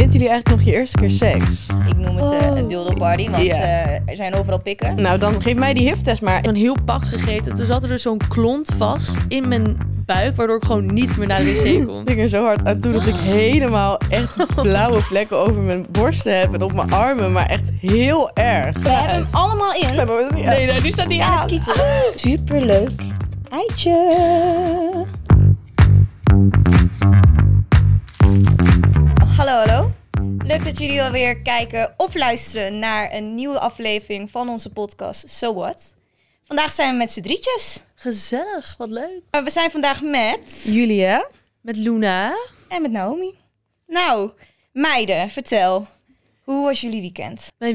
weten jullie eigenlijk nog je eerste keer seks? Ik noem het een dildo-party, want er zijn overal pikken. Nou, dan geef mij die HIV-test maar. Een heel pak gegeten. Toen zat er dus zo'n klont vast in mijn buik, waardoor ik gewoon niet meer naar de wc kon. Ik ging er zo hard aan toe dat ik helemaal echt blauwe plekken over mijn borsten heb en op mijn armen, maar echt heel erg. We hebben hem allemaal in. Nee, die staat niet En aan. het kieten. Superleuk. Eitje. Hallo. Leuk dat jullie alweer kijken of luisteren naar een nieuwe aflevering van onze podcast So What. Vandaag zijn we met z'n drietjes. Gezellig, wat leuk. We zijn vandaag met... Julia? Met Luna. En met Naomi. Nou, meiden, vertel. Hoe was jullie weekend? Mijn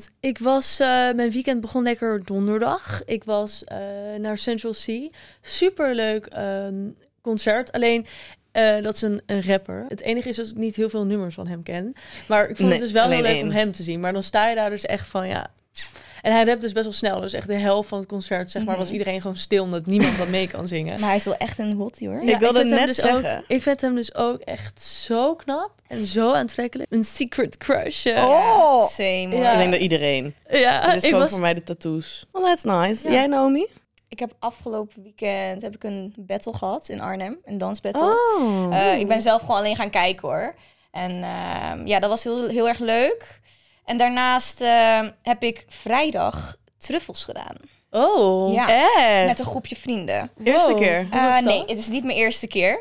weekend begon lekker donderdag. Ik was naar Central C. Superleuk concert. Alleen, dat is een rapper. Het enige is dat ik niet heel veel nummers van hem ken. Maar ik vond het dus wel heel leuk om hem te zien. Maar dan sta je daar dus echt van, ja... En hij rapt dus best wel snel. Dus echt de helft van het concert, zeg maar, was iedereen gewoon stil, omdat niemand wat mee kan zingen. Maar hij is wel echt een hottie, hoor. Ik wilde vind hem net dus zeggen. ik vind hem dus ook echt zo knap en zo aantrekkelijk. Een secret crush. Oh! Same, hoor. Ja. Ik denk dat iedereen. Ja, Dit is gewoon voor mij de tattoos. Oh, that's nice. Ja. Jij, Naomi? Ik heb afgelopen weekend een battle gehad in Arnhem. Een dansbattle. Oh. Ik ben zelf gewoon alleen gaan kijken, hoor. En dat was heel erg leuk. En daarnaast heb ik vrijdag truffels gedaan. Oh, Ja, Echt? met een groepje vrienden. Eerste Wow. keer? Hoe was dat? Nee, het is niet mijn eerste keer.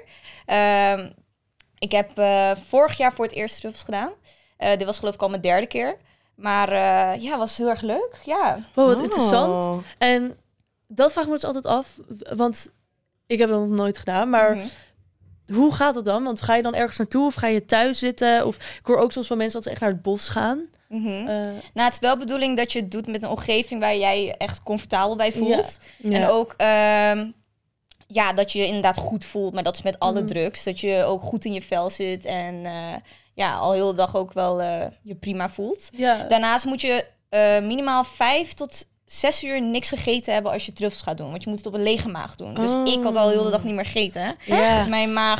Ik heb vorig jaar voor het eerst truffels gedaan. Dit was geloof ik al mijn derde keer. Maar was heel erg leuk. Ja. Wow, wat Oh. interessant. En dat vraag ik me dus altijd af, want ik heb dat nog nooit gedaan, maar... Mhm. Hoe gaat dat dan? Want ga je dan ergens naartoe of ga je thuis zitten? Of ik hoor ook soms van mensen dat ze echt naar het bos gaan. Mhm. Nou, het is wel de bedoeling dat je het doet met een omgeving waar jij je echt comfortabel bij voelt. Ja. En ook dat je je inderdaad goed voelt. Maar dat is met alle drugs. Dat je ook goed in je vel zit. En al heel de dag ook wel je prima voelt. Ja. Daarnaast moet je minimaal 5 tot 6 uur niks gegeten hebben als je truffels gaat doen. Want je moet het op een lege maag doen. Dus ik had al heel de dag niet meer gegeten. Ja. Dus mijn maag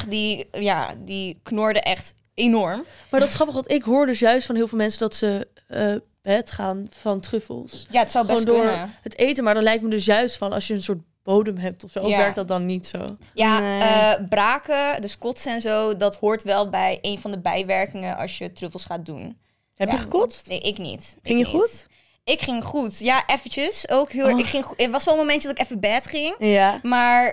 die knorde echt enorm. Maar dat is grappig, want ik hoor dus juist van heel veel mensen dat ze het gaan van truffels. Ja, het zou best Gewoon door kunnen. het eten. Maar dan lijkt me dus juist van als je een soort bodem hebt of zo. Of Ja. werkt dat dan niet zo? Ja, Nee. braken, dus kotsen en zo, dat hoort wel bij een van de bijwerkingen als je truffels gaat doen. Heb je gekotst? Nee, ik niet. Ging je Ik niet. goed? Ik ging goed. Ja, eventjes. Ook heel. Het was wel een momentje dat ik even bad ging. Ja. Maar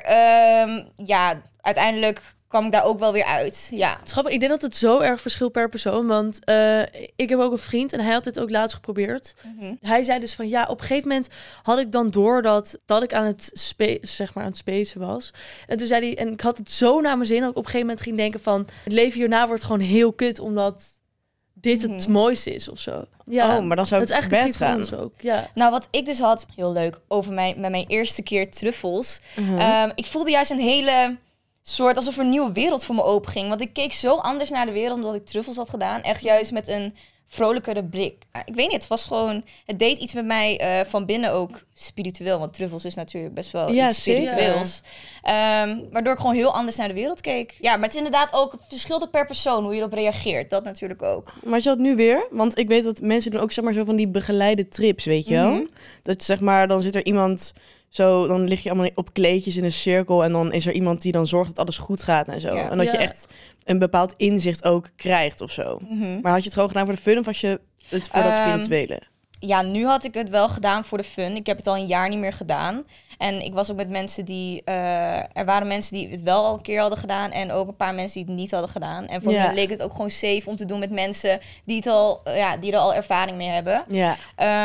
uiteindelijk kwam ik daar ook wel weer uit. Ja. Het is grappig, ik denk dat het zo erg verschilt per persoon. Want ik heb ook een vriend en hij had dit ook laatst geprobeerd. Hij zei dus van op een gegeven moment had ik dan door dat ik aan het spacen was. En toen zei hij, en ik had het zo naar mijn zin dat ik op een gegeven moment ging denken van het leven hierna wordt gewoon heel kut omdat dit het mooiste is of zo. Ja, Oh, maar dan zou dat ik is eigenlijk een bed vriend van gaan. ons ook. Ja. Nou, wat ik dus had, heel leuk, met mijn eerste keer truffels. Uh-huh. Ik voelde juist een hele soort alsof er een nieuwe wereld voor me open ging. Want ik keek zo anders naar de wereld omdat ik truffels had gedaan. Echt juist met een vrolijkere blik. Ik weet niet, het was gewoon... Het deed iets met mij van binnen ook spiritueel. Want truffels is natuurlijk best wel Ja, iets spiritueels. Waardoor ik gewoon heel anders naar de wereld keek. Ja, maar het is inderdaad ook... Het verschilt ook per persoon hoe je erop reageert. Dat natuurlijk ook. Maar je had nu weer, want ik weet dat mensen doen ook zeg maar zo van die begeleide trips, weet je wel? Dat zeg maar, dan zit er iemand zo, dan lig je allemaal op kleedjes in een cirkel en dan is er iemand die dan zorgt dat alles goed gaat en zo. Ja. En dat je Ja. echt een bepaald inzicht ook krijgt of zo. Maar had je het gewoon gedaan voor de fun of was je het voor dat spirituele? Ja, nu had ik het wel gedaan voor de fun. Ik heb het al een jaar niet meer gedaan. En ik was ook met mensen die... er waren mensen die het wel al een keer hadden gedaan... en ook een paar mensen die het niet hadden gedaan. En voor Ja. hen leek het ook gewoon safe om te doen met mensen... die er al ervaring mee hebben. Ja.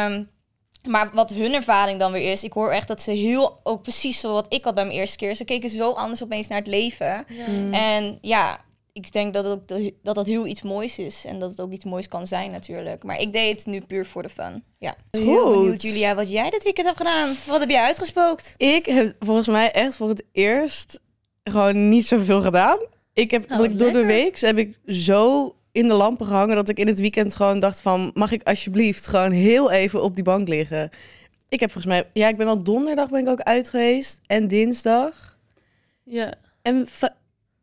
Maar wat hun ervaring dan weer is... ik hoor echt dat ze ook precies zo wat ik had bij mijn eerste keer... ze keken zo anders opeens naar het leven. En ja... Ik denk dat heel iets moois is. En dat het ook iets moois kan zijn natuurlijk. Maar ik deed het nu puur voor de fun. Ja. Heel Goed. benieuwd, Julia, wat jij dit weekend hebt gedaan. Wat heb jij uitgespookt? Ik heb volgens mij echt voor het eerst gewoon niet zoveel gedaan. Door de week heb ik zo in de lampen gehangen dat ik in het weekend gewoon dacht van... mag ik alsjeblieft gewoon heel even op die bank liggen? Ik heb volgens mij... Ja, ik ben wel donderdag ben ik ook uit geweest. En dinsdag. Ja. En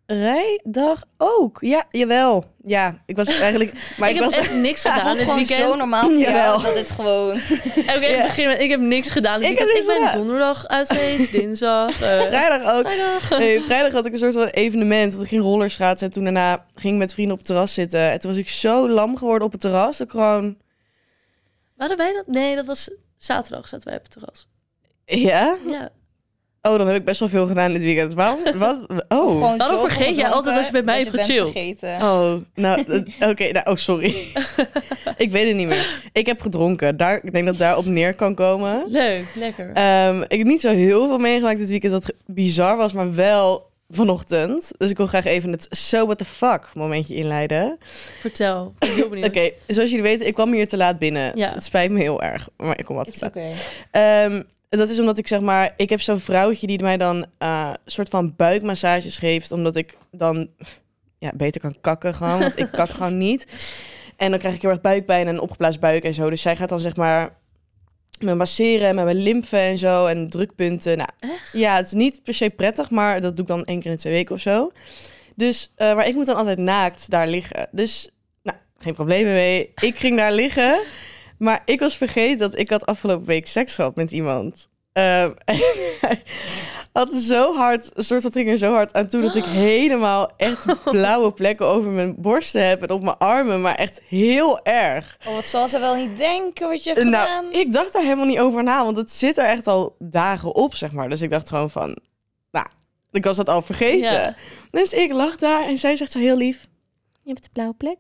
vrijdag ook. Ja, jawel. Ja, ik was eigenlijk... Maar ik heb echt niks gedaan dit gewoon weekend. zo normaal voor Jawel. jou dat het gewoon... Ik heb niks gedaan dit Ik weekend. heb Ik ben niks donderdag uit geweest, dinsdag. Vrijdag ook. Vrijdag. Nee, vrijdag had ik een soort van evenement. Dat ik ging rollerschaatsen. En toen daarna ging ik met vrienden op het terras zitten. En toen was ik zo lam geworden op het terras. Dat ik gewoon... Waren wij dat? Nee, dat was zaterdag zaten wij op het terras. Ja? Ja. Oh, dan heb ik best wel veel gedaan dit weekend. Waarom? Wat? Oh. Gewoon Daarom zo vergeet jij altijd als je met mij hebt gechilled. Oh, nou, oké. Nou, oh, sorry. Ik weet het niet meer. Ik heb gedronken. Ik denk dat daar op neer kan komen. Leuk, lekker. Ik heb niet zo heel veel meegemaakt dit weekend dat bizar was, maar wel vanochtend. Dus ik wil graag even het so what the fuck momentje inleiden. Vertel, ik ben heel benieuwd. Oké, zoals jullie weten, ik kwam hier te laat binnen. Ja. Het spijt me heel erg, maar ik kom wat te laat. Oké. Dat is omdat ik zeg maar, ik heb zo'n vrouwtje die mij dan soort van buikmassages geeft, omdat ik dan beter kan kakken gewoon, want ik kak gewoon niet. En dan krijg ik heel erg buikpijn en een opgeblazen buik en zo. Dus zij gaat dan zeg maar me masseren met mijn lymfe en zo en drukpunten. Nou, Echt? ja, het is niet per se prettig, maar dat doe ik dan 1 keer in de 2 weken of zo. Dus, maar ik moet dan altijd naakt daar liggen. Dus, nou, geen problemen mee. Ik ging daar liggen. Maar ik was vergeten dat ik had afgelopen week seks gehad met iemand. Hij had zo hard, een soort van ging er zo hard aan toe dat ik helemaal echt blauwe plekken over mijn borsten heb en op mijn armen, maar echt heel erg. Oh, wat zal ze wel niet denken wat je hebt gedaan? Nou, ik dacht daar helemaal niet over na, want het zit er echt al dagen op, zeg maar. Dus ik dacht gewoon van, nou, ik was dat al vergeten. Ja. Dus ik lag daar en zij zegt zo heel lief, je hebt een blauwe plek.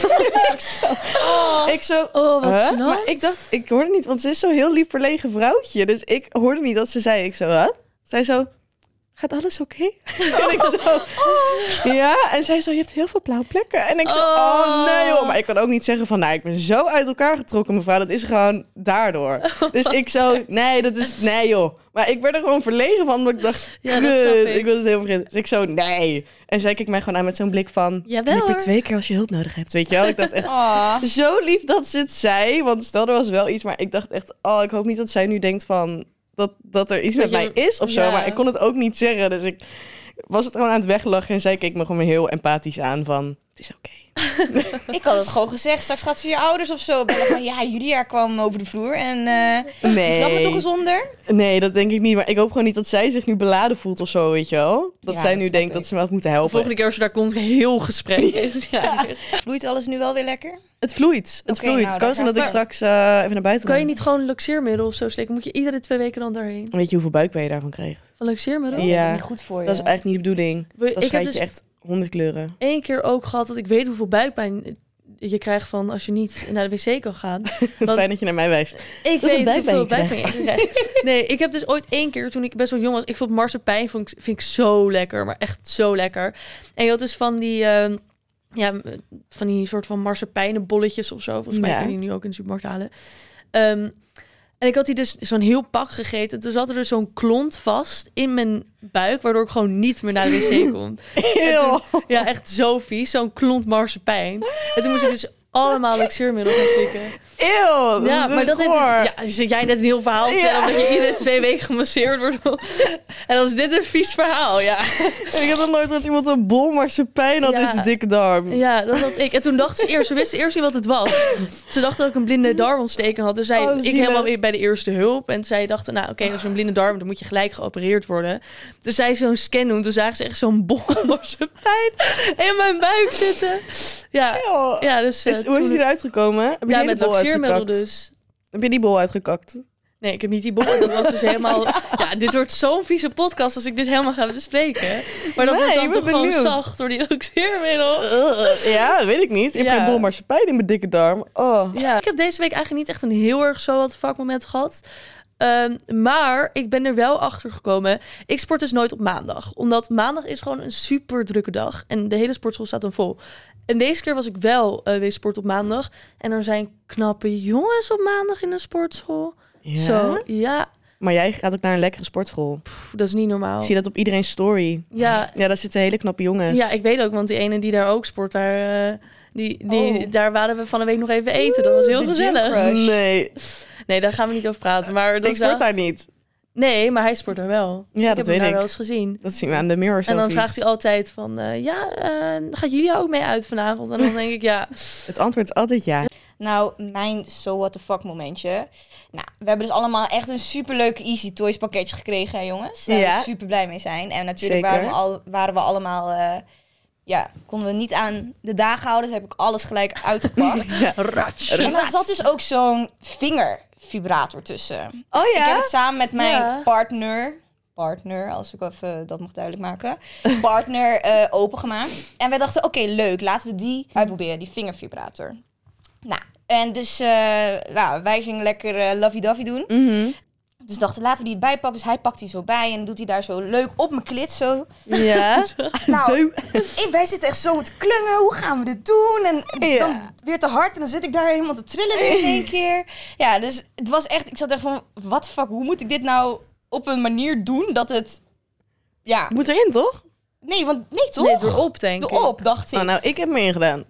Ik zo, Oh, wat huh? gênant. Maar ik dacht, ik hoorde niet, want ze is zo'n heel lief verlegen vrouwtje. Dus ik hoorde niet dat ze zei. Ik zo, wat? Zij zo, gaat alles oké? En ik zo, ja. En zij zo, je hebt heel veel blauwe plekken. En ik zo, oh nee joh. Maar ik kan ook niet zeggen van, nou, ik ben zo uit elkaar getrokken, mevrouw. Dat is gewoon daardoor. Dus ik zo, nee joh. Maar ik werd er gewoon verlegen van, omdat ik dacht, Ja, dat snap ik. ik was het helemaal vergeten. Dus ik zo, nee. En zij kijkt mij gewoon aan met zo'n blik van, Jawel, knip er hoor. 2 keer als je hulp nodig hebt, weet je wel? Ik dacht echt, Oh. zo lief dat ze het zei. Want stel, er was wel iets, maar ik dacht echt, oh, ik hoop niet dat zij nu denkt van dat er iets met mij is of zo. Ja. Maar ik kon het ook niet zeggen. Dus ik was het gewoon aan het weglachen. En zij keek me gewoon heel empathisch aan van, het is oké. Ik had het gewoon gezegd. Straks gaat ze je ouders of zo bellen van... Ja, Julia kwam over de vloer en... Nee. Is dat me toch gezonder? Nee, dat denk ik niet. Maar ik hoop gewoon niet dat zij zich nu beladen voelt of zo, weet je wel? Dat Ja, zij dat nu snap denkt ik. dat ze me had moeten De helpen. volgende keer als je daar komt, heel gesprek. Ja. Vloeit alles nu wel weer lekker? Het vloeit. Het Oké, vloeit. nou, Het kan zijn dan dat ik gaat straks even naar buiten Kan je ga. niet gewoon luxeermiddel of zo steken? Moet je iedere 2 weken dan daarheen? Weet je hoeveel buikpijn je daarvan kreeg? Van luxeermiddel? Ja. Dat is niet goed voor je. Dat is echt niet de bedoeling. We- Dat ik heb schijnt dus je echt 100 kleuren. 1 keer ook gehad dat ik weet hoeveel buikpijn je krijgt van als je niet naar de wc kan gaan. Want Fijn dat je naar mij wijst. ik Hoeveel weet buikpijn hoeveel je buikpijn je krijgt. Nee, ik heb dus ooit 1 keer, toen ik best wel jong was, ik vond marsepein vind ik zo lekker, maar echt zo lekker. En je had dus van die, van die soort van marsepijnenbolletjes of zo. Volgens mij Ja. kan je die nu ook in de supermarkt halen. En ik had die dus zo'n heel pak gegeten. Toen zat er dus zo'n klont vast in mijn buik, waardoor ik gewoon niet meer naar de wc kon. Eeuw. Ja, echt zo vies. Zo'n klont marsepein. En toen moest ik dus allemaal luxeermiddel gaan slikken. Eeuw. Ja, maar dat heeft dus, goor. ja, zit jij net een heel verhaal te vertellen, Ja. dat je iedere 2 weken gemasseerd wordt. En dan is dit een vies verhaal, ja. En ik heb nog nooit dat iemand een bol marsepein had Ja. in zijn dikke darm. Ja, dat had ik. En toen dacht ze wisten eerst niet wat het was. Ze dachten dat ik een blinde darmontsteking had. Dus zei Oh, ik zielig. helemaal weer bij de eerste hulp. En zij dachten, nou oké, als je een blinde darm, dan moet je gelijk geopereerd worden. Dus zij zo'n scan doen. Toen zagen ze echt zo'n bol marsepein in mijn buik zitten. Ja, Eeuw. ja dus... Hoe is toen- die eruit gekomen? Heb je Ja, die met bol luxeermiddel uitgekakt? dus. Heb je die bol uitgekakt? Nee, ik heb niet die bol. Dat was dus helemaal... Ja, dit wordt zo'n vieze podcast als ik dit helemaal ga bespreken. Maar dat Nee, wordt ik dan ben toch gewoon benieuwd. zacht door die luxeermiddel. Ja, dat weet ik niet. Ik heb Ja. geen bol marsepein in mijn dikke darm. Oh. Ja. Ik heb deze week eigenlijk niet echt een heel erg zo what the fuck moment gehad. Maar ik ben er wel achter gekomen. Ik sport dus nooit op maandag. Omdat maandag is gewoon een super drukke dag. En de hele sportschool staat dan vol. En deze keer was ik wel weer sporten op maandag. En er zijn knappe jongens op maandag in de sportschool. Ja? Zo, ja. Maar jij gaat ook naar een lekkere sportschool. Pff, dat is niet normaal. Ik zie dat op iedereen's story. Ja, Ja, daar zitten hele knappe jongens. ja, ik weet ook, want die ene die daar ook sport, Oh. daar waren we van de week nog even eten. Dat was heel de gezellig. gym crush. Nee, Nee, daar gaan we niet over praten. Maar dat ik is wel... sport daar niet. Nee, maar hij sport er wel. Ja, Ik dat heb hem weet daar ik. wel eens gezien. Dat zien we aan de mirror En dan selfies. vraagt hij altijd van... gaat Julia ook mee uit vanavond? En dan denk ik, ja... Het antwoord is altijd ja. Nou, mijn so what the fuck momentje. Nou, we hebben dus allemaal echt een superleuk Easy Toys pakketje gekregen, hè, jongens. Daar Ja. we super blij mee zijn. En natuurlijk Zeker. waren we allemaal... konden we niet aan de dagen houden. Dus heb ik alles gelijk uitgepakt. Ratsch. En er zat dus ook zo'n vingervibrator tussen. Oh Ik heb ja? het samen met mijn Ja. partner, als ik even dat mag duidelijk maken, opengemaakt. En wij dachten, oké, leuk, laten we die uitproberen, die vingervibrator. Nou, en dus wij gingen lekker lovey-dovey doen. Mhm. Dus dachten, laten we die erbij pakken. Dus hij pakt die zo bij en dan doet hij daar zo leuk op mijn klit zo. Ja. Nou, wij zitten echt zo te klungen. Hoe gaan we dit doen? En Ja. dan weer te hard. En dan zit ik daar helemaal te trillen weer in één keer. Ja, dus het was echt... Ik zat echt van, what the fuck? Hoe moet ik dit nou op een manier doen dat het... Ja, Het moet erin, toch? nee, toch? Nee, erop, denk ik. Erop, dacht ik. Oh, nou, ik heb me ingedaan.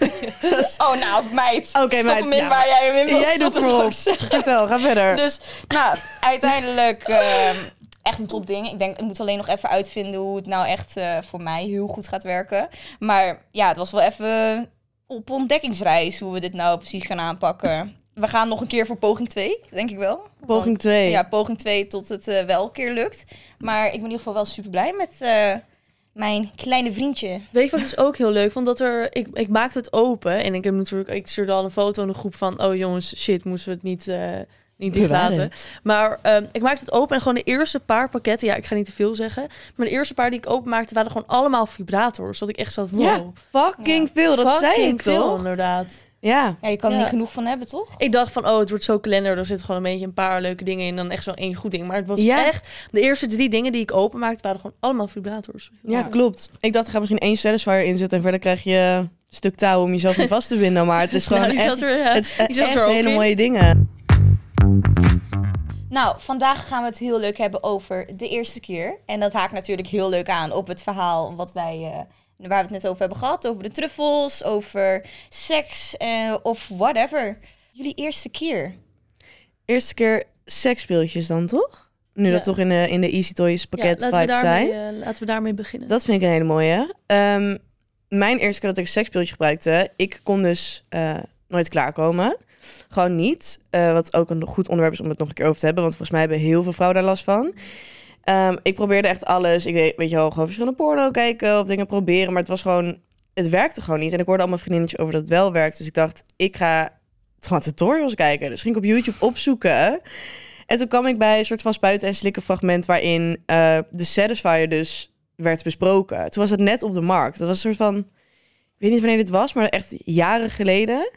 Oh, nou, meid. Oké, Stop meid, hem in ja. waar jij hem in wil Jij doet stoppen, hem zou erop. ik zeggen. Vertel, ga verder. Dus, nou, uiteindelijk echt een top ding. Ik denk, ik moet alleen nog even uitvinden hoe het nou echt voor mij heel goed gaat werken. Maar ja, het was wel even op ontdekkingsreis hoe we dit nou precies gaan aanpakken. We gaan nog een keer voor poging 2, denk ik wel. Poging Want, 2. Ja, poging 2 tot het wel een keer lukt. Maar ik ben in ieder geval wel super blij met mijn kleine vriendje. Weet je wat ik dus ook heel leuk vond? Dat ik maakte het open en ik stuurde al een foto in de groep van... Oh jongens, shit, moesten we het niet dicht laten. Maar ik maakte het open en gewoon de eerste paar pakketten... Ja, ik ga niet te veel zeggen. Maar de eerste paar die ik openmaakte waren gewoon allemaal vibrators. Dat ik echt zat, wow. Ja, fucking veel. Dat zei fucking ik veel, toch? inderdaad. Ja. Ja, je kan er Ja. niet genoeg van hebben, toch? Ik dacht van, oh, het wordt zo kalender. Er zitten gewoon een beetje een paar leuke dingen in. Dan echt zo'n één goed ding. Maar het was Ja. echt... De eerste 3 dingen die ik openmaakte waren gewoon allemaal vibrators. Ja, klopt. Ik dacht, er gaat misschien 1 Satisfyer in zitten... en verder krijg je een stuk touw om jezelf niet vast te binden. Maar het is gewoon Nou, die echt, zat er, ja, het is die zat echt er ook hele in. mooie dingen. Nou, vandaag gaan we het heel leuk hebben over de eerste keer. En dat haakt natuurlijk heel leuk aan op het verhaal wat waar we het net over hebben gehad. Over de truffels, over seks of whatever. Jullie eerste keer. Eerste keer seksspeeltjes dan, toch? Nu dat Ja. toch in de Easy Toys pakket vibes zijn. Laten we daarmee beginnen. Dat vind ik een hele mooie. Mijn eerste keer dat ik een seksspeeltje gebruikte... ik kon dus nooit klaarkomen. Gewoon niet. Wat ook een goed onderwerp is om het nog een keer over te hebben. Want volgens mij hebben heel veel vrouwen daar last van. Ik probeerde echt alles. Ik deed, weet je wel, gewoon verschillende porno kijken of dingen proberen. Maar het was gewoon... Het werkte gewoon niet. En ik hoorde allemaal vriendinnetjes over dat het wel werkt. Dus ik dacht, ik ga gewoon tutorials kijken. Dus ging ik op YouTube opzoeken. En toen kwam ik bij een soort van spuiten en slikken fragment... waarin de Satisfyer dus werd besproken. Toen was het net op de markt. Dat was een soort van... Ik weet niet wanneer dit was, maar echt jaren geleden.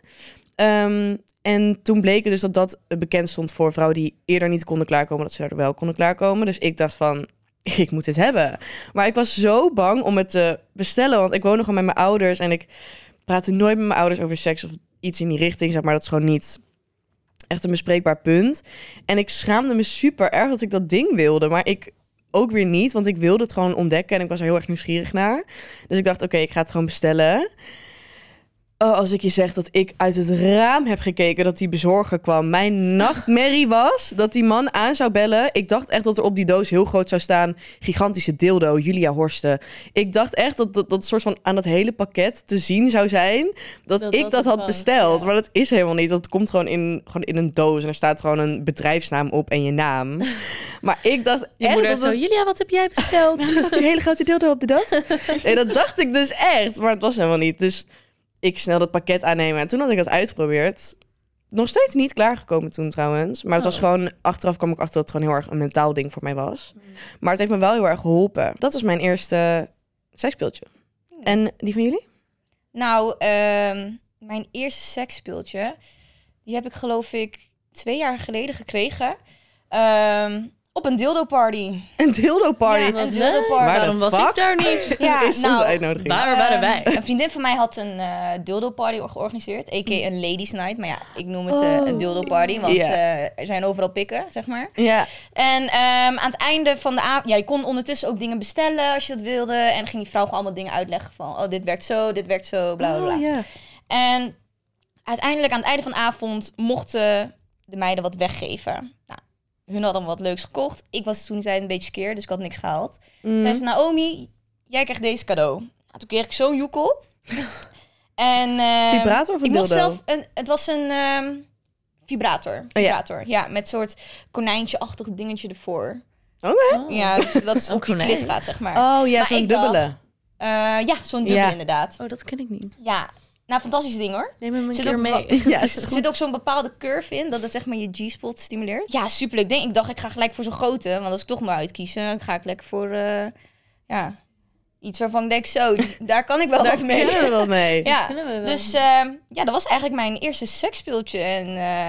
En toen bleek het dus dat bekend stond voor vrouwen die eerder niet konden klaarkomen, dat ze er wel konden klaarkomen. Dus ik dacht van, ik moet dit hebben. Maar ik was zo bang om het te bestellen, want ik woon nog gewoon met mijn ouders en ik praatte nooit met mijn ouders over seks of iets in die richting. Zeg maar, dat is gewoon niet echt een bespreekbaar punt. En ik schaamde me super erg dat ik dat ding wilde, maar ik ook weer niet, want ik wilde het gewoon ontdekken en ik was er heel erg nieuwsgierig naar. Dus ik dacht, oké, ik ga het gewoon bestellen. Oh, als ik je zeg dat ik uit het raam heb gekeken dat die bezorger kwam. Mijn nachtmerrie was dat die man aan zou bellen. Ik dacht echt dat er op die doos heel groot zou staan... gigantische dildo, Julia Horsten. Ik dacht echt dat soort van aan dat hele pakket te zien zou zijn... dat ik dat had besteld. Ja. Maar dat is helemaal niet. Want het komt gewoon in een doos... en er staat gewoon een bedrijfsnaam op en je naam. Maar ik dacht echt... dat zo, Julia, wat heb jij besteld? Er staat een hele grote dildo op de doos. Nee, dat dacht ik dus echt. Maar het was helemaal niet. Dus... ik snel dat pakket aannemen. En toen had ik dat uitgeprobeerd. Nog steeds niet klaargekomen toen trouwens. Maar het was gewoon... achteraf kwam ik achter dat het gewoon heel erg een mentaal ding voor mij was. Maar het heeft me wel heel erg geholpen. Dat was mijn eerste seksspeeltje. En die van jullie? Nou, mijn eerste seksspeeltje... die heb ik geloof ik 2 jaar geleden gekregen. Op een dildo-party. Een dildo-party? Ja, een dildo-party. Waarom was ik daar niet? Ja, is soms uitnodiging. Waar waren wij? Een vriendin van mij had een dildo-party georganiseerd. A.k.a. een ladies night. Maar ja, ik noem het een dildo-party. Want er zijn overal pikken, zeg maar. Ja. En aan het einde van de avond... ja, je kon ondertussen ook dingen bestellen als je dat wilde. En dan ging die vrouw gewoon allemaal dingen uitleggen van... oh, dit werkt zo, bla, bla, bla. Oh, ja. En uiteindelijk aan het einde van de avond mochten de meiden wat weggeven. Nou, hun hadden wat leuks gekocht. Ik was toen een beetje skeer, dus ik had niks gehaald. Zei ze, Naomi, jij krijgt deze cadeau. Nou, toen kreeg ik zo'n joekel. En Vibrator of een ik mocht dildo? zelf het was een vibrator. Ja, met soort konijntje-achtig dingetje ervoor. Oké. Ja, dus dat is op je konijn. klit gaat, zeg maar. Oh ja, Maar zo'n ik dacht, dubbele. ja, zo'n dubbele Ja. inderdaad. Oh, dat ken ik niet. Ja, nou, fantastisch ding hoor. Neem hem een Zit keer ook mee. Ja, Er zit ook zo'n bepaalde curve in, dat het zeg maar je G-spot stimuleert. Ja, superleuk. Ik dacht, ik ga gelijk voor zo'n grote. Want als ik toch maar uitkiezen, dan ga ik lekker voor iets waarvan ik denk, zo, daar kan ik wel Daar wat mee. kennen we wel mee. Ja, Kunnen we wel. dus dat was eigenlijk mijn eerste seksspeeltje. En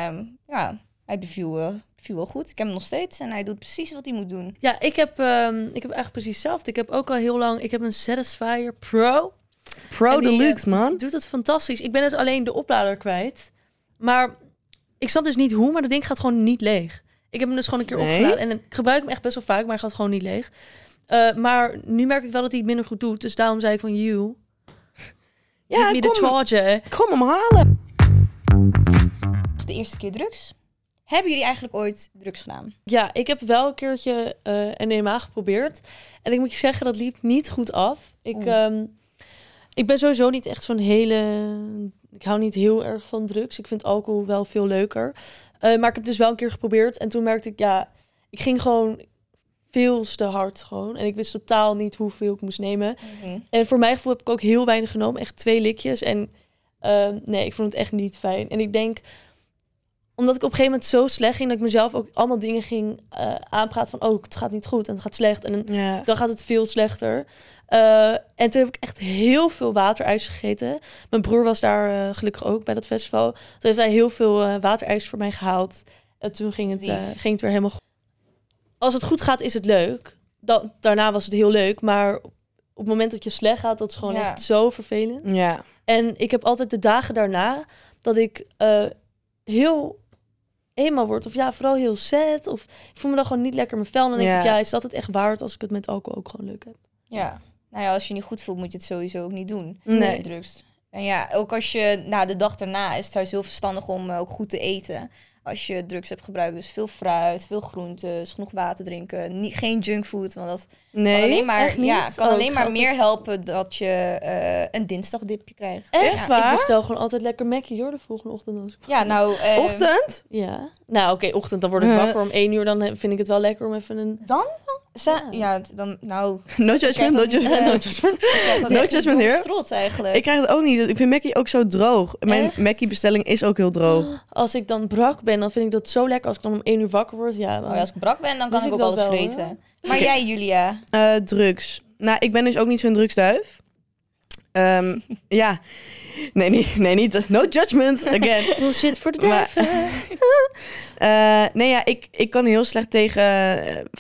hij beviel wel goed. Ik heb hem nog steeds en hij doet precies wat hij moet doen. Ja, ik heb eigenlijk precies hetzelfde. Ik heb ook al heel lang... Ik heb een Satisfyer Pro. Pro En die, Deluxe, man. Doet het fantastisch. Ik ben dus alleen de oplader kwijt. Maar ik snap dus niet hoe, maar dat ding gaat gewoon niet leeg. Ik heb hem dus gewoon een keer Nee? opgeladen. En ik gebruik hem echt best wel vaak, maar hij gaat gewoon niet leeg. Maar nu merk ik wel dat hij het minder goed doet. Dus daarom zei ik van, you, Ja, give me the charger. Kom hem halen. Dat is de eerste keer drugs. Hebben jullie eigenlijk ooit drugs gedaan? Ja, ik heb wel een keertje NDMA geprobeerd. En ik moet je zeggen, dat liep niet goed af. Ik ben sowieso niet echt zo'n hele... Ik hou niet heel erg van drugs. Ik vind alcohol wel veel leuker. Maar ik heb dus wel een keer geprobeerd. En toen merkte ik, ik ging gewoon veel te hard gewoon. En ik wist totaal niet hoeveel ik moest nemen. En voor mijn gevoel heb ik ook heel weinig genomen. Echt 2 likjes. En nee, ik vond het echt niet fijn. En ik denk, omdat ik op een gegeven moment zo slecht ging... dat ik mezelf ook allemaal dingen ging aanpraten van... oh, het gaat niet goed en het gaat slecht. En dan gaat het veel slechter. En toen heb ik echt heel veel waterijs gegeten. Mijn broer was daar gelukkig ook bij dat festival. Dus heeft hij heel veel waterijs voor mij gehaald. En toen ging het weer helemaal goed. Als het goed gaat, is het leuk. Daarna was het heel leuk. Maar op het moment dat je slecht gaat, dat is gewoon echt zo vervelend. Ja. En ik heb altijd de dagen daarna dat ik heel eenmaal word. Of vooral heel sad. Of ik voel me dan gewoon niet lekker in mijn vel. En dan denk ik, is dat het echt waard als ik het met alcohol ook gewoon leuk heb? Ja, nou ja, als je niet goed voelt, moet je het sowieso ook niet doen. Nee. Drugs. En ja, ook als je, de dag daarna is het juist heel verstandig om ook goed te eten. Als je drugs hebt gebruikt. Dus veel fruit, veel groenten, genoeg water drinken. Geen junkfood, want dat kan alleen maar, echt niet? kan alleen maar grappig. meer helpen dat je een dinsdagdipje krijgt. Echt waar? Ik bestel gewoon altijd lekker Mackie hoor, de volgende ochtend. Als ik Ja, nou... Ochtend? Ja. Nou, oké, ochtend. Dan word ik wakker om 1 uur. Dan vind ik het wel lekker om even een... dan, nou... No judgment, no judgment. No judgment. No judgment here. Strot eigenlijk. Ik krijg het ook niet. Ik vind Mackie ook zo droog. Mijn Echt? Mackie-bestelling is ook heel droog. Als ik dan brak ben, dan vind ik dat zo lekker. Als ik dan om 1 uur wakker word, dan... als ik brak ben, dan Dus kan ik ik ook dat alles wel, vreten. hoor. Maar jij, Julia? Drugs. Nou, ik ben dus ook niet zo'n drugsduif. Ja. Nee, niet. No judgment, again. Bullshit voor de Maar- duiven. Ik kan heel slecht tegen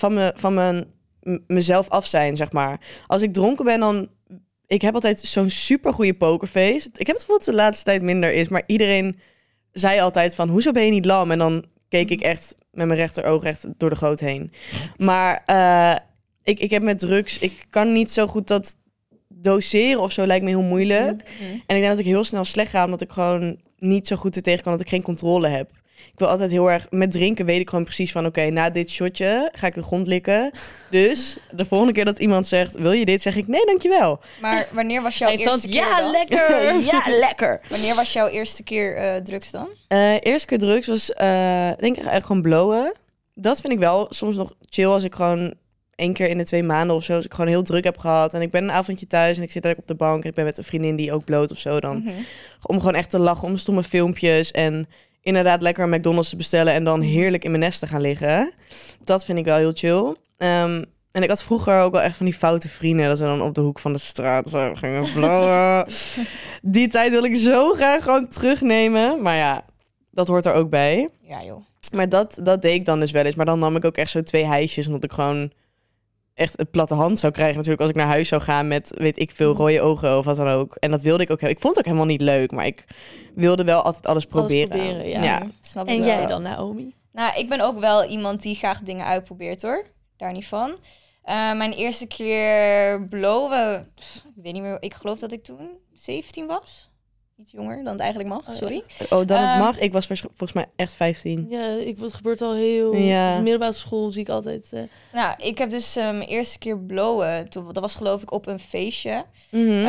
mezelf af zijn, zeg maar. Als ik dronken ben, dan... Ik heb altijd zo'n super goede pokerface. Ik heb het gevoel dat het de laatste tijd minder is, maar iedereen zei altijd van, hoezo ben je niet lam? En dan keek ik echt met mijn rechteroog echt door de goot heen. Maar ik heb met drugs, ik kan niet zo goed dat doseren of zo, lijkt me heel moeilijk. En ik denk dat ik heel snel slecht ga, omdat ik gewoon niet zo goed er tegen kan, dat ik geen controle heb. Ik wil altijd heel erg... Met drinken weet ik gewoon precies van... Oké, na dit shotje ga ik de grond likken. Dus de volgende keer dat iemand zegt... Wil je dit? Zeg ik nee, dankjewel. Maar wanneer was jouw eerste keer Ja, dan? lekker! Ja, lekker. Wanneer was jouw eerste keer drugs dan? Eerste keer drugs was... denk ik eigenlijk gewoon blowen. Dat vind ik wel soms nog chill als ik gewoon... 1 keer in de 2 maanden of zo... Als ik gewoon heel druk heb gehad... En ik ben een avondje thuis... En ik zit op de bank... En ik ben met een vriendin die ook bloot of zo dan... Om gewoon echt te lachen om stomme filmpjes... En inderdaad lekker een McDonald's te bestellen... En dan heerlijk in mijn nest te gaan liggen. Dat vind ik wel heel chill. En ik had vroeger ook wel echt van die foute vrienden... Dat ze dan op de hoek van de straat zo gingen blowen. Die tijd wil ik zo graag gewoon terugnemen. Maar ja, dat hoort er ook bij. Ja, joh. Maar dat deed ik dan dus wel eens. Maar dan nam ik ook echt zo 2 hijsjes... Omdat ik gewoon echt een platte hand zou krijgen natuurlijk... als ik naar huis zou gaan met, weet ik veel, rode ogen of wat dan ook. En dat wilde ik ook hebben. Ik vond het ook helemaal niet leuk... maar ik wilde wel altijd alles proberen. ja. Snap ik En wel. jij dan, Naomi? Nou, ik ben ook wel iemand die graag dingen uitprobeert, hoor. Daar niet van. Mijn eerste keer blowen... Ik weet niet meer... Ik geloof dat ik toen 17 was. iets jonger dan het eigenlijk mag, sorry. Oh, dan het mag. Ik was volgens mij echt 15. Ja, het gebeurt al heel... Ja. Op de middelbare school zie ik altijd... Nou, ik heb dus mijn eerste keer blowen. Dat was geloof ik op een feestje. Mhm.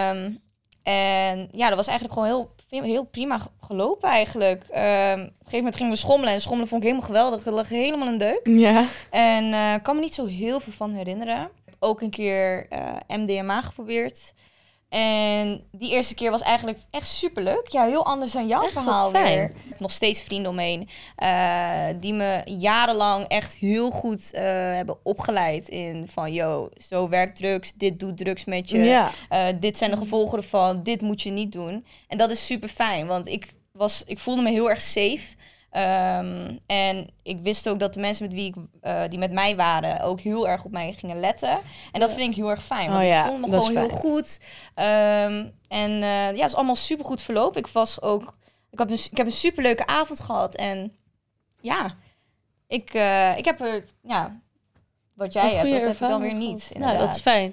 En ja, dat was eigenlijk gewoon heel prima gelopen eigenlijk. Op een gegeven moment gingen we schommelen. En schommelen vond ik helemaal geweldig. Er lag helemaal een deuk. Ja. En ik kan me niet zo heel veel van herinneren. Ik heb ook een keer MDMA geprobeerd. En die eerste keer was eigenlijk echt superleuk. Ja, heel anders dan jouw echt, verhaal wat fijn. weer. Ik heb nog steeds vrienden omheen die me jarenlang echt heel goed hebben opgeleid in van, yo, zo werkt drugs, dit doet drugs met je. Ja. Dit zijn de gevolgen ervan, dit moet je niet doen. En dat is super fijn, want ik voelde me heel erg safe. En ik wist ook dat de mensen die met mij waren ook heel erg op mij gingen letten. En dat vind ik heel erg fijn, want ik voelde me gewoon heel goed. Het is allemaal super goed verlopen. Ik heb een superleuke avond gehad. En ja, ik heb er, wat jij hebt, dat heb ik dan weer niet. Nou, dat is fijn.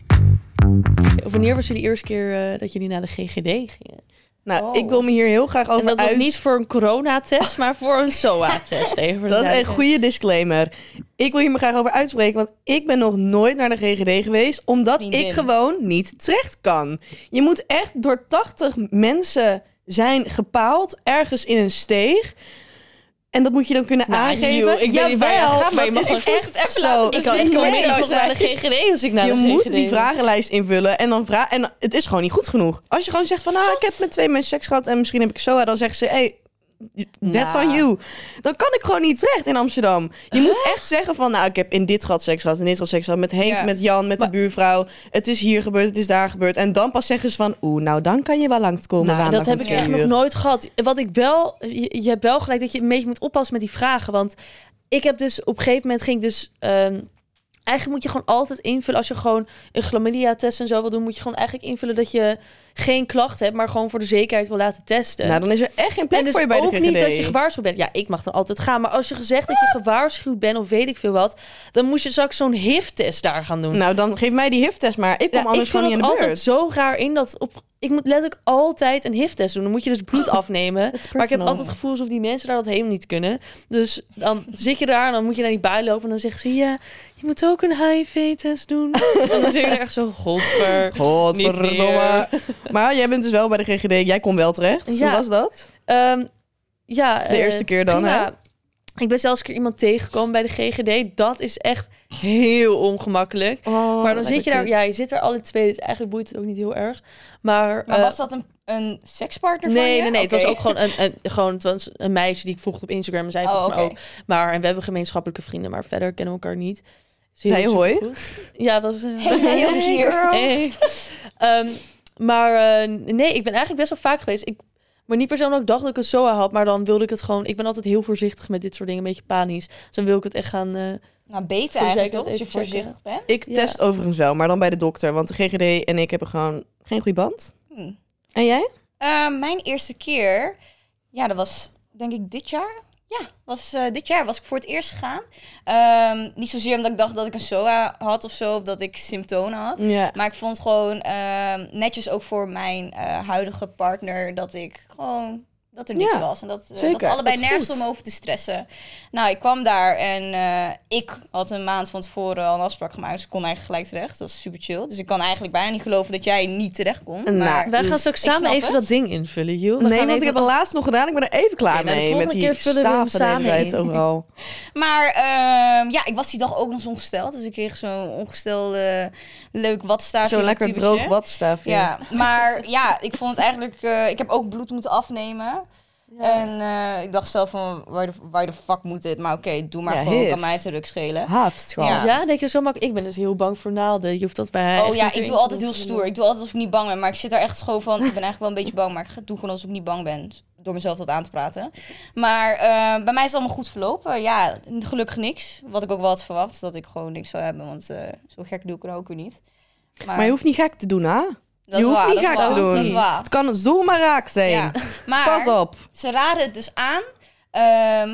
Wanneer was je de eerste keer dat jullie naar de GGD gingen? Nou, ik wil me hier heel graag over en dat was niet voor een coronatest, maar voor een SOA-test. Dat is een goede disclaimer. Ik wil hier me graag over uitspreken, want ik ben nog nooit naar de GGD geweest, omdat ik gewoon niet terecht kan. Je moet echt door 80 mensen zijn gepaald, ergens in een steeg. En dat moet je dan kunnen aangeven. Joh, ik weet niet waar je gaat, maar je mag echt zo. Ik kan echt gewoon niet naar de GGD als ik naar de GGD. Je moet die vragenlijst invullen en dan en het is gewoon niet goed genoeg. Als je gewoon zegt van, ik heb met 2 mensen seks gehad en misschien heb ik SOA, dan zeggen ze, hey, that's on you. Dan kan ik gewoon niet terecht in Amsterdam. Je moet echt zeggen van, ik heb in dit gat seks gehad, in dit gat seks gehad, met Henk, met Jan, met de buurvrouw. Het is hier gebeurd, het is daar gebeurd. En dan pas zeggen ze van, nou dan kan je wel langskomen. Nou, dat heb ik echt nog nooit gehad. Wat ik wel, je hebt wel gelijk dat je een beetje moet oppassen met die vragen. Want ik heb dus op een gegeven moment ging ik dus... eigenlijk moet je gewoon altijd invullen, als je gewoon een chlamydia-test en zo wil doen, moet je gewoon eigenlijk invullen dat je geen klachten hebt, maar gewoon voor de zekerheid wil laten testen. Nou, dan is er echt geen plek voor je bij de GGD. En dus ook niet dat je gewaarschuwd bent. Ja, ik mag dan altijd gaan. Maar als je gezegd dat je gewaarschuwd bent of weet ik veel wat, dan moet je straks zo'n HIV-test daar gaan doen. Nou, dan geef mij die HIV-test maar. Ik kom anders gewoon niet in de buurt. Ik vind het altijd zo raar in dat ik moet letterlijk altijd een HIV-test doen. Dan moet je dus bloed afnemen. Maar ik heb altijd het gevoel alsof die mensen daar dat helemaal niet kunnen. Dus dan zit je daar en dan moet je naar die baai lopen en dan zeggen ze, ja, je moet ook een HIV-test doen. En dan zit je er echt zo, godverdomme. Maar jij bent dus wel bij de GGD. Jij kon wel terecht. Ja. Hoe was dat? De eerste keer dan, hè? Ik ben zelfs een keer iemand tegengekomen bij de GGD. Dat is echt heel ongemakkelijk. Maar dan zit je daar... Ja, je zit er alle twee. Dus eigenlijk boeit het ook niet heel erg. Maar was dat een sekspartner van je? Nee. Okay. Het was ook gewoon het was een meisje die ik volgde op Instagram. En zij volgens mij ook. En we hebben gemeenschappelijke vrienden. Maar verder kennen we elkaar niet. Zei je hoi? Goed. Ja, dat was... Hey, ook hier. Hey. Nee, ik ben eigenlijk best wel vaak geweest. Maar niet per se omdat ik dacht dat ik een SOA had, maar dan wilde ik het gewoon... Ik ben altijd heel voorzichtig met dit soort dingen, een beetje panisch. Dus dan wil ik het echt gaan... beter eigenlijk toch, als je voorzichtig bent? Ik test overigens wel, maar dan bij de dokter. Want de GGD en ik hebben gewoon geen goede band. En jij? Mijn eerste keer, dat was denk ik dit jaar. Ja, dit jaar was ik voor het eerst gegaan. Niet zozeer omdat ik dacht dat ik een SOA had of zo, of dat ik symptomen had. Ja. Maar ik vond het gewoon netjes ook voor mijn huidige partner dat ik gewoon... Dat er niks was. En dat allebei nergens om over te stressen. Nou, ik kwam daar en ik had een maand van tevoren al een afspraak gemaakt. Dus ik kon eigenlijk gelijk terecht. Dat was super chill. Dus ik kan eigenlijk bijna niet geloven dat jij niet terecht kon. Maar wij gaan straks samen even dat ding invullen, Joel. Nee, want ik heb het laatst nog gedaan. Ik ben er even klaar mee. Met die staven de hele tijd overal. Maar ik was die dag ook nog eens ongesteld. Dus ik kreeg zo'n ongestelde leuk watstaafje. Zo'n lekker droog watstaafje. Ja, maar ik vond het eigenlijk... ik heb ook bloed moeten afnemen. Ja. En ik dacht zelf van, waar de fuck moet dit? Maar oké, doe maar gewoon, kan mij terug schelen. Ja, denk je zo makkelijk? Ik ben dus heel bang voor naalden. Je hoeft dat bij Oh ja, ik doe altijd heel stoer. Ik doe altijd alsof ik niet bang ben. Maar ik zit daar echt gewoon van, ik ben eigenlijk wel een beetje bang. Maar ik doe gewoon alsof ik niet bang ben. Door mezelf dat aan te praten. Maar bij mij is het allemaal goed verlopen. Ja, gelukkig niks. Wat ik ook wel had verwacht, dat ik gewoon niks zou hebben. Want zo gek doe ik er ook weer niet. Maar je hoeft niet gek te doen, hè? Je hoeft niet gek te doen. Dat is waar. Het kan zo maar raak zijn. Ja. Maar pas op. Ze raden het dus aan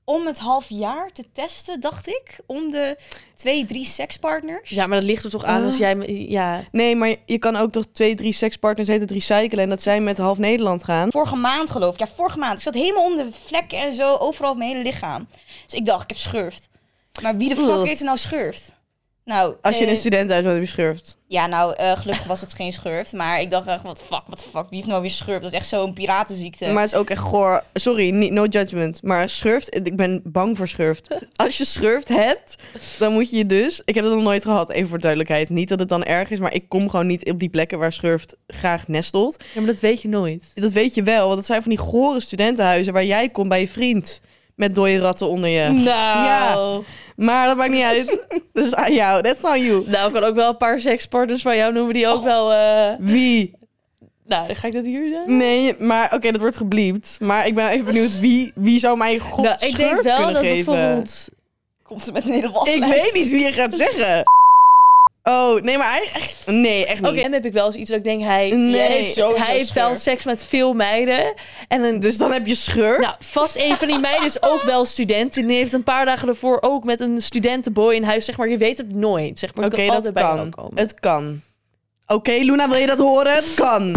om het half jaar te testen, dacht ik. Om de 2-3 sekspartners. Ja, maar dat ligt er toch aan als jij... Ja. Nee, maar je kan ook toch 2-3 sekspartners heet het recyclen. En dat zij met half Nederland gaan. Vorige maand geloof ik. Ja, vorige maand. Ik zat helemaal om de vlekken en zo. Overal op mijn hele lichaam. Dus ik dacht, ik heb schurft. Maar wie de fuck heeft er nou schurft? Nou, Als je in een studentenhuis woont, heb je schurft. Ja, nou, gelukkig was het geen schurft. Maar ik dacht echt, what the fuck, wie heeft nou weer schurft? Dat is echt zo'n piratenziekte. Maar het is ook echt goor. Sorry, no judgment. Maar schurft, ik ben bang voor schurft. Als je schurft hebt, dan moet je dus... Ik heb het nog nooit gehad, even voor duidelijkheid. Niet dat het dan erg is, maar ik kom gewoon niet op die plekken waar schurft graag nestelt. Ja, maar dat weet je nooit. Dat weet je wel, want dat zijn van die gore studentenhuizen waar jij komt bij je vriend. Met dode ratten onder je. Nou. Ja, maar dat maakt niet uit. Dat is aan jou, that's on you. Nou, ik kan ook wel een paar sekspartners van jou noemen die ook wel... Wie? Nou, ga ik dat hier zeggen? Nee, maar oké, dat wordt gebliept. Maar ik ben even benieuwd, wie zou mij god Nou, ik denk schurft wel kunnen dat geven? bijvoorbeeld... Komt ze met een hele waslijst. Ik weet niet wie je gaat zeggen. Oh, nee, maar nee, echt niet. Oké, en heb ik wel eens iets dat ik denk, hij heeft wel seks met veel meiden. En dan, Dus dan heb je schurft? nou, vast een van die meiden is ook wel student. En die heeft een paar dagen ervoor ook met een studentenboy in huis. Zeg maar, je weet het nooit. Zeg maar, het Oké, kan dat altijd bij kan. jou komen. Het kan. Oké, Luna, wil je dat horen? Het kan.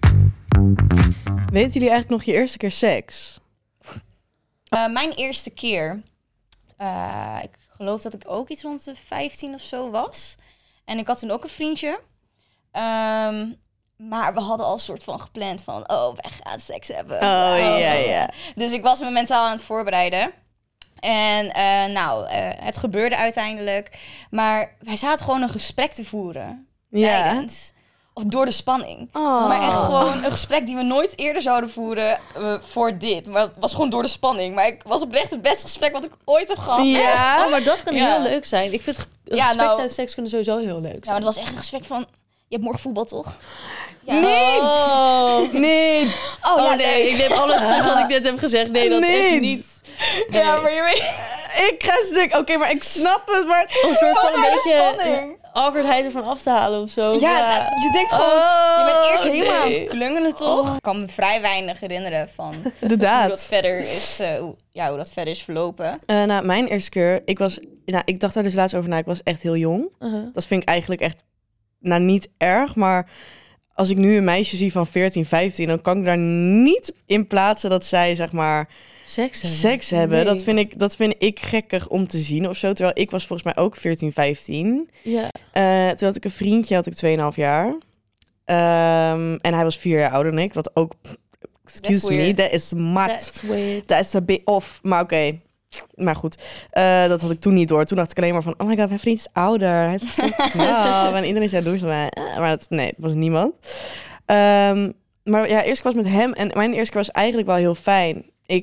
Weten jullie eigenlijk nog je eerste keer seks? Mijn eerste keer. Ik geloof dat ik ook iets rond de 15 of zo was. En ik had toen ook een vriendje. Maar we hadden al een soort van gepland van... Oh, wij gaan seks hebben. Ja. Dus ik was me mentaal aan het voorbereiden. En het gebeurde uiteindelijk. Maar wij zaten gewoon een gesprek te voeren. Ja. Tijdens. Of door de spanning. Oh. Maar echt gewoon een gesprek die we nooit eerder zouden voeren voor dit. Maar het was gewoon door de spanning. Maar ik was oprecht het beste gesprek wat ik ooit heb gehad. Ja. Oh, maar dat kan Ja. heel leuk zijn. Ik vind gesprek tijdens seks kunnen sowieso heel leuk Ja, maar zijn. het was echt een gesprek van... Je hebt morgen voetbal, toch? Ja. Niet! Oh. Niet! Oh nee, ik neem alles terug wat ik net heb gezegd. Nee, dat echt Niet. niet. Ja, maar je weet... Ik ga stuk. Oké, maar ik snap het, maar... Om een soort van een Wat een beetje spanning. awkwardheid ervan af te halen of zo. Ja, je denkt gewoon... je bent eerst helemaal aan nee. het klungelen, toch? Ik kan me vrij weinig herinneren van hoe dat Inderdaad. verder is, hoe dat verder is verlopen. Nou, mijn eerste keer... Ik dacht daar dus laatst over na. Ik was echt heel jong. Uh-huh. Dat vind ik eigenlijk echt... Nou, niet erg, maar... Als ik nu een meisje zie van 14, 15... dan kan ik daar niet in plaatsen dat zij, zeg maar... Seks hebben. Nee. Dat vind ik gekkig om te zien of zo. Terwijl ik was volgens mij ook 14, 15. Ja. Toen had ik een vriendje, had ik 2,5 jaar. En hij was 4 jaar ouder dan ik. Wat ook... Excuse That's me, weird. dat is mat. That's weird. Dat is een bit off. Maar oké. Maar goed, dat had ik toen niet door. Toen dacht ik alleen maar van... Oh my god, mijn vriend is ouder. Hij is zo knap. En iedereen zei, doe ze maar. Maar dat was niemand. Maar ja, eerst was met hem. En mijn eerste keer was eigenlijk wel heel fijn.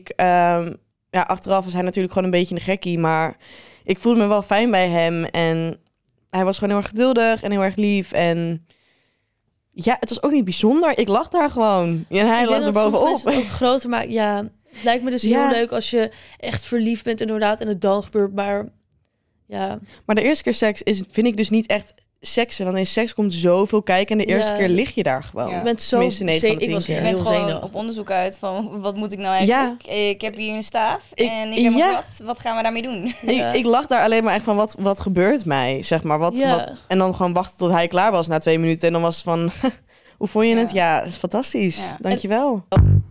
Achteraf was hij natuurlijk gewoon een beetje een gekkie. Maar ik voelde me wel fijn bij hem. En hij was gewoon heel erg geduldig en heel erg lief. En ja, het was ook niet bijzonder. Ik lag daar gewoon. En hij lag er bovenop. Het ook groter, maar ja... Het lijkt me dus heel leuk als je echt verliefd bent inderdaad en het dan gebeurt. Maar ja... Maar de eerste keer seks vind ik dus niet echt seksen. Want in seks komt zoveel kijken en de eerste keer lig je daar gewoon. Ja. Je bent zo... Tenminste, 9 van de 10 ik was keer. Je Heel bent gewoon zenuwachtig. op onderzoek uit van wat moet ik nou eigenlijk? Ik heb hier een staaf en ik heb nog wat gaan we daarmee doen? Ja. Ik lag daar alleen maar echt van, wat gebeurt mij? Zeg maar, wat, en dan gewoon wachten tot hij klaar was na 2 minuten. En dan was het van, hoe vond je het? Ja, fantastisch. Ja. Dankjewel.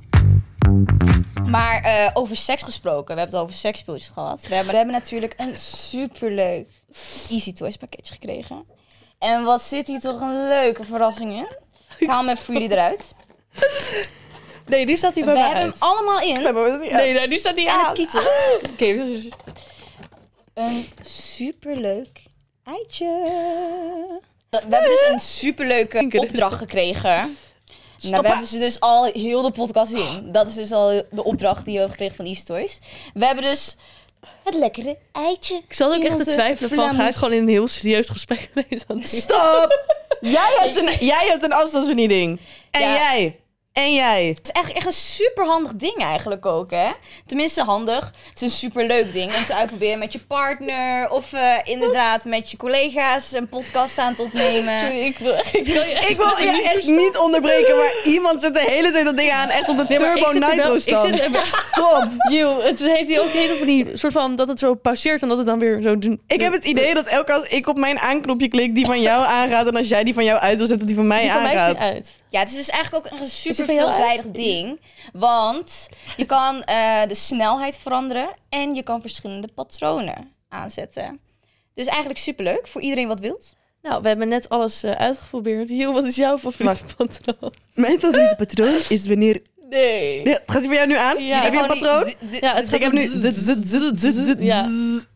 Maar over seks gesproken, we hebben het over seksspeeltjes gehad. We hebben natuurlijk een superleuk Easy Toys pakketje gekregen. En wat zit hier toch een leuke verrassing in? Ik haal hem even voor jullie eruit. Nee, die staat hier bij We mij hebben uit. hem allemaal in. Nee, die staat niet En aan. het kietje. Oké, dus... Een superleuk eitje. We hebben dus een superleuke opdracht gekregen. Nou, we hebben ze dus al heel de podcast in. Dat is dus al de opdracht die we hebben gekregen van Easy Toys. We hebben dus het lekkere eitje. Ik zat ook in echt te onze twijfelen van, ga ik Vlaams. gewoon in een heel serieus gesprek mee? Stop! Jij hebt een afstandsbediening. En Ja. jij? En jij? Het is eigenlijk echt een super handig ding eigenlijk ook, hè? Tenminste handig. Het is een super leuk ding om te uitproberen met je partner. Of inderdaad met je collega's een podcast aan te opnemen. Sorry, ik wil Ik wil je echt niet onderbreken, maar iemand zit de hele tijd dat ding aan. Echt op de turbo nitro stand. Stop. Het heeft hij ook heet van die soort van dat het zo pauzeert en dat het dan weer zo doen. Ik heb het idee dat elke als ik op mijn aanknopje klik, die van jou aangaat. En als jij die van jou uit wil zetten, die van mij aangaat. Die van mij zit uit. Ja, het is dus eigenlijk ook een super van jou veelzijdig ding. Want je kan de snelheid veranderen en je kan verschillende patronen aanzetten. Dus eigenlijk superleuk voor iedereen wat wilt. Nou, we hebben net alles uitgeprobeerd. Jill, wat is jouw favoriete patroon? Mijn favoriete patroon is wanneer... Nee. Ja, gaat die van jou nu aan? Ja. Heb je een patroon? Ja, het Ik heb nu... Ja.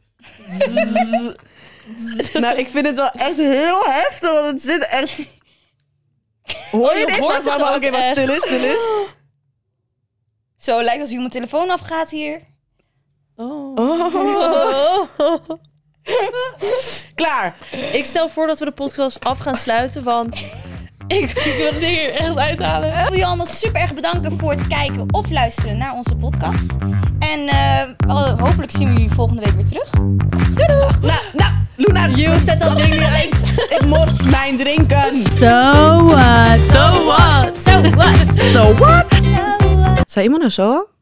Nou, ik vind het wel echt heel heftig, want het zit echt... Hoor je je dit? hoort Wacht, het wacht, ook oké, wacht, echt. stil is. Zo lijkt alsof mijn telefoon afgaat hier. Klaar. Ik stel voor dat we de podcast af gaan sluiten, want ik wil het ding er echt uithalen. Ik wil je allemaal super erg bedanken voor het kijken of luisteren naar onze podcast. En hopelijk zien we jullie volgende week weer terug. Doei doei! Nou, Luna, Zet dat ding weer uit. ik mors mijn drinken. So what? So what? So what? So what? Zei iemand nou zo?